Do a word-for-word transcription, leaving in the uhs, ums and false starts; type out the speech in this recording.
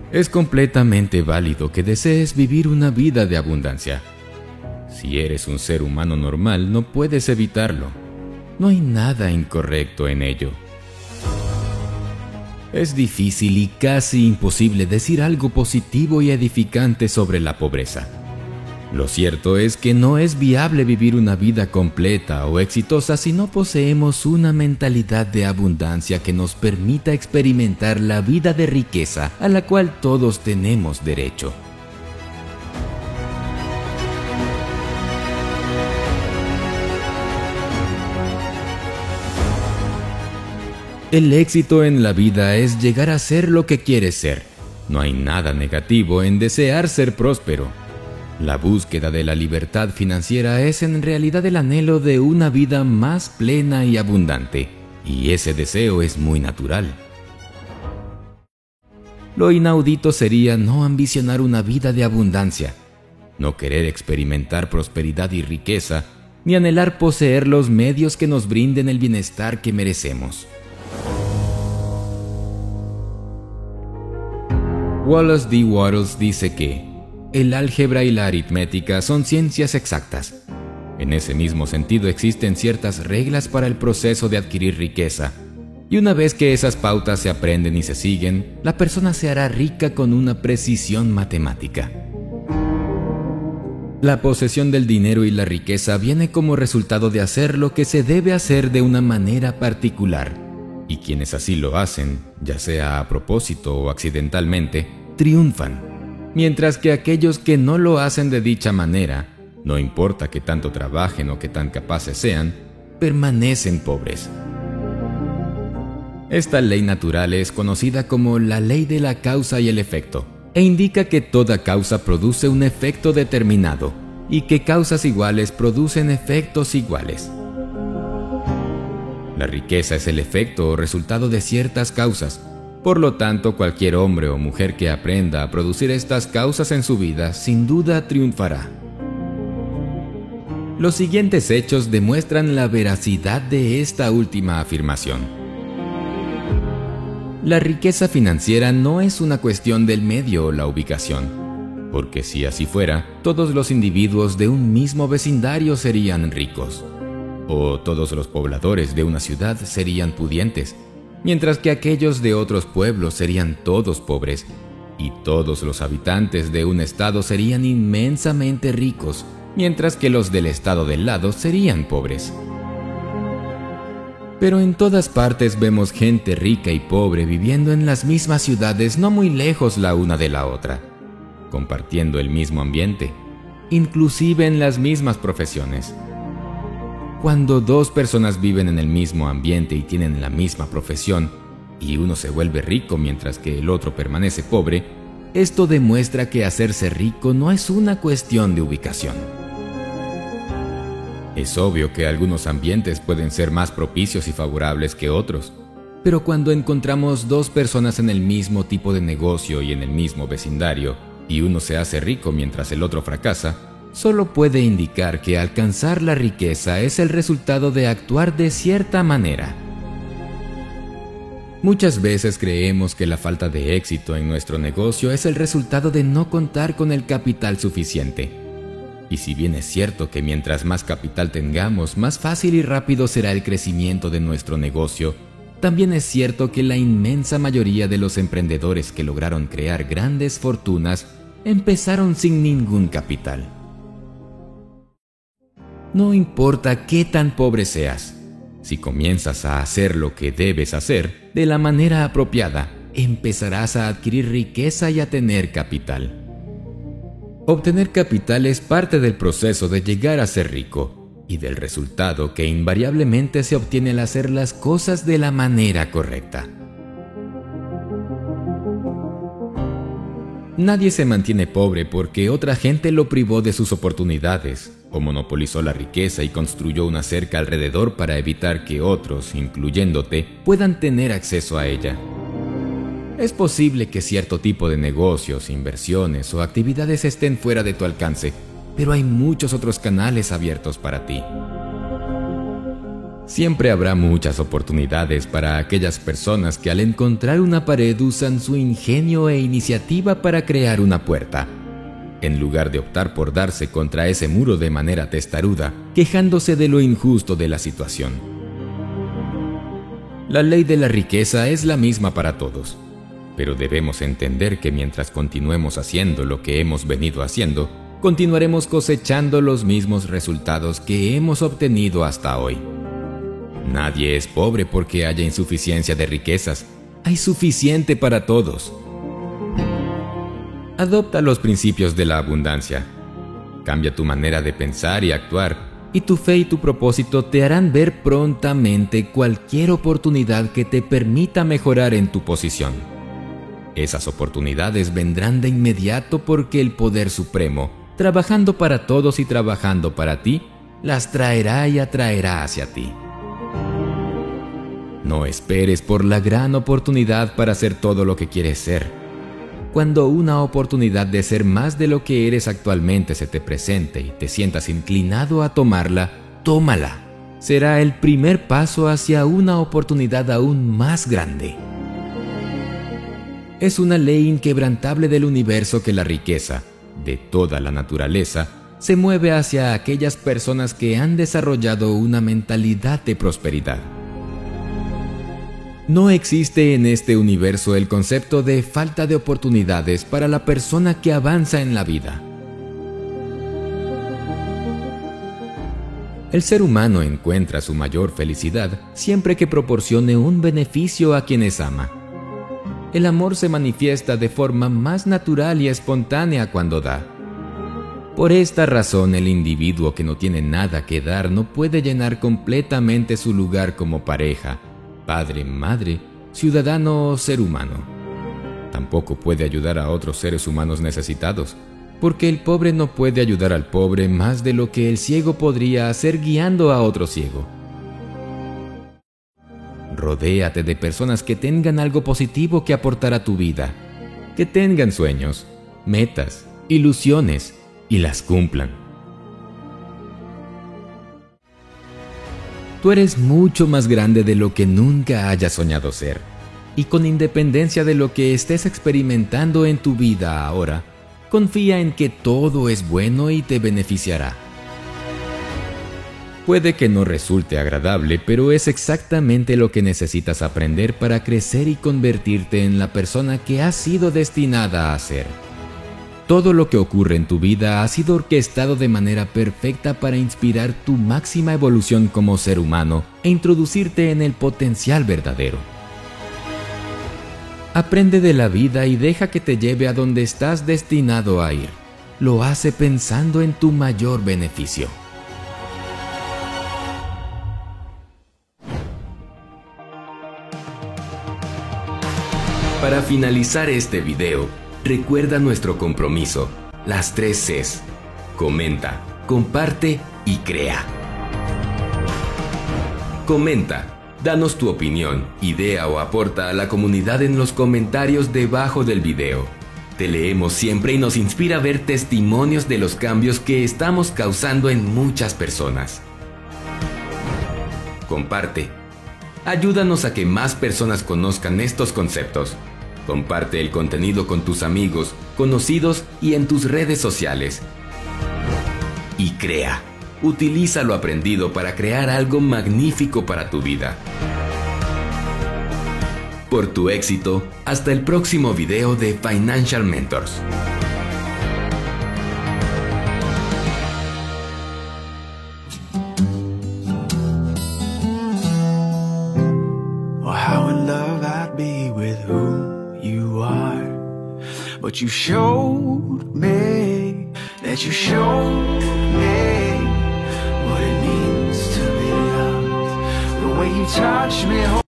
Es completamente válido que desees vivir una vida de abundancia. Si eres un ser humano normal, no puedes evitarlo. No hay nada incorrecto en ello. Es difícil y casi imposible decir algo positivo y edificante sobre la pobreza. Lo cierto es que no es viable vivir una vida completa o exitosa si no poseemos una mentalidad de abundancia que nos permita experimentar la vida de riqueza a la cual todos tenemos derecho. El éxito en la vida es llegar a ser lo que quieres ser. No hay nada negativo en desear ser próspero. La búsqueda de la libertad financiera es en realidad el anhelo de una vida más plena y abundante, y ese deseo es muy natural. Lo inaudito sería no ambicionar una vida de abundancia, no querer experimentar prosperidad y riqueza, ni anhelar poseer los medios que nos brinden el bienestar que merecemos. Wallace D. Wattles dice que el álgebra y la aritmética son ciencias exactas. En ese mismo sentido existen ciertas reglas para el proceso de adquirir riqueza, y una vez que esas pautas se aprenden y se siguen, la persona se hará rica con una precisión matemática. La posesión del dinero y la riqueza viene como resultado de hacer lo que se debe hacer de una manera particular, y quienes así lo hacen, ya sea a propósito o accidentalmente, triunfan, mientras que aquellos que no lo hacen de dicha manera, no importa que tanto trabajen o que tan capaces sean, permanecen pobres. Esta ley natural es conocida como la ley de la causa y el efecto, e indica que toda causa produce un efecto determinado, y que causas iguales producen efectos iguales. La riqueza es el efecto o resultado de ciertas causas. Por lo tanto, cualquier hombre o mujer que aprenda a producir estas causas en su vida, sin duda triunfará. Los siguientes hechos demuestran la veracidad de esta última afirmación. La riqueza financiera no es una cuestión del medio o la ubicación, porque si así fuera, todos los individuos de un mismo vecindario serían ricos, o todos los pobladores de una ciudad serían pudientes, mientras que aquellos de otros pueblos serían todos pobres, y todos los habitantes de un estado serían inmensamente ricos, mientras que los del estado del lado serían pobres. Pero en todas partes vemos gente rica y pobre viviendo en las mismas ciudades no muy lejos la una de la otra, compartiendo el mismo ambiente, inclusive en las mismas profesiones. Cuando dos personas viven en el mismo ambiente y tienen la misma profesión, y uno se vuelve rico mientras que el otro permanece pobre, esto demuestra que hacerse rico no es una cuestión de ubicación. Es obvio que algunos ambientes pueden ser más propicios y favorables que otros, pero cuando encontramos dos personas en el mismo tipo de negocio y en el mismo vecindario, y uno se hace rico mientras el otro fracasa, solo puede indicar que alcanzar la riqueza es el resultado de actuar de cierta manera. Muchas veces creemos que la falta de éxito en nuestro negocio es el resultado de no contar con el capital suficiente. Y si bien es cierto que mientras más capital tengamos, más fácil y rápido será el crecimiento de nuestro negocio, también es cierto que la inmensa mayoría de los emprendedores que lograron crear grandes fortunas empezaron sin ningún capital. No importa qué tan pobre seas, si comienzas a hacer lo que debes hacer de la manera apropiada, empezarás a adquirir riqueza y a tener capital. Obtener capital es parte del proceso de llegar a ser rico y del resultado que invariablemente se obtiene al hacer las cosas de la manera correcta. Nadie se mantiene pobre porque otra gente lo privó de sus oportunidades, o monopolizó la riqueza y construyó una cerca alrededor para evitar que otros, incluyéndote, puedan tener acceso a ella. Es posible que cierto tipo de negocios, inversiones o actividades estén fuera de tu alcance, pero hay muchos otros canales abiertos para ti. Siempre habrá muchas oportunidades para aquellas personas que al encontrar una pared usan su ingenio e iniciativa para crear una puerta, en lugar de optar por darse contra ese muro de manera testaruda, quejándose de lo injusto de la situación. La ley de la riqueza es la misma para todos, pero debemos entender que mientras continuemos haciendo lo que hemos venido haciendo, continuaremos cosechando los mismos resultados que hemos obtenido hasta hoy. Nadie es pobre porque haya insuficiencia de riquezas. Hay suficiente para todos. Adopta los principios de la abundancia. Cambia tu manera de pensar y actuar, y tu fe y tu propósito te harán ver prontamente cualquier oportunidad que te permita mejorar en tu posición. Esas oportunidades vendrán de inmediato porque el Poder Supremo, trabajando para todos y trabajando para ti, las traerá y atraerá hacia ti. No esperes por la gran oportunidad para ser todo lo que quieres ser. Cuando una oportunidad de ser más de lo que eres actualmente se te presente y te sientas inclinado a tomarla, tómala. Será el primer paso hacia una oportunidad aún más grande. Es una ley inquebrantable del universo que la riqueza, de toda la naturaleza, se mueve hacia aquellas personas que han desarrollado una mentalidad de prosperidad. No existe en este universo el concepto de falta de oportunidades para la persona que avanza en la vida. El ser humano encuentra su mayor felicidad siempre que proporcione un beneficio a quienes ama. El amor se manifiesta de forma más natural y espontánea cuando da. Por esta razón, el individuo que no tiene nada que dar no puede llenar completamente su lugar como pareja, padre, madre, ciudadano o ser humano. Tampoco puede ayudar a otros seres humanos necesitados, porque el pobre no puede ayudar al pobre más de lo que el ciego podría hacer guiando a otro ciego. Rodéate de personas que tengan algo positivo que aportar a tu vida, que tengan sueños, metas, ilusiones y las cumplan. Tú eres mucho más grande de lo que nunca hayas soñado ser, y con independencia de lo que estés experimentando en tu vida ahora, confía en que todo es bueno y te beneficiará. Puede que no resulte agradable, pero es exactamente lo que necesitas aprender para crecer y convertirte en la persona que has sido destinada a ser. Todo lo que ocurre en tu vida ha sido orquestado de manera perfecta para inspirar tu máxima evolución como ser humano e introducirte en el potencial verdadero. Aprende de la vida y deja que te lleve a donde estás destinado a ir. Lo hace pensando en tu mayor beneficio. Para finalizar este video, recuerda nuestro compromiso, las tres Cs: comenta, comparte y crea. Comenta, danos tu opinión, idea o aporta a la comunidad en los comentarios debajo del video. Te leemos siempre y nos inspira ver testimonios de los cambios que estamos causando en muchas personas. Comparte. Ayúdanos a que más personas conozcan estos conceptos. Comparte el contenido con tus amigos, conocidos y en tus redes sociales. Y crea. Utiliza lo aprendido para crear algo magnífico para tu vida. Por tu éxito, hasta el próximo video de Financial Mentors. But you showed me that you showed me what it means to be loved. The way you touch me.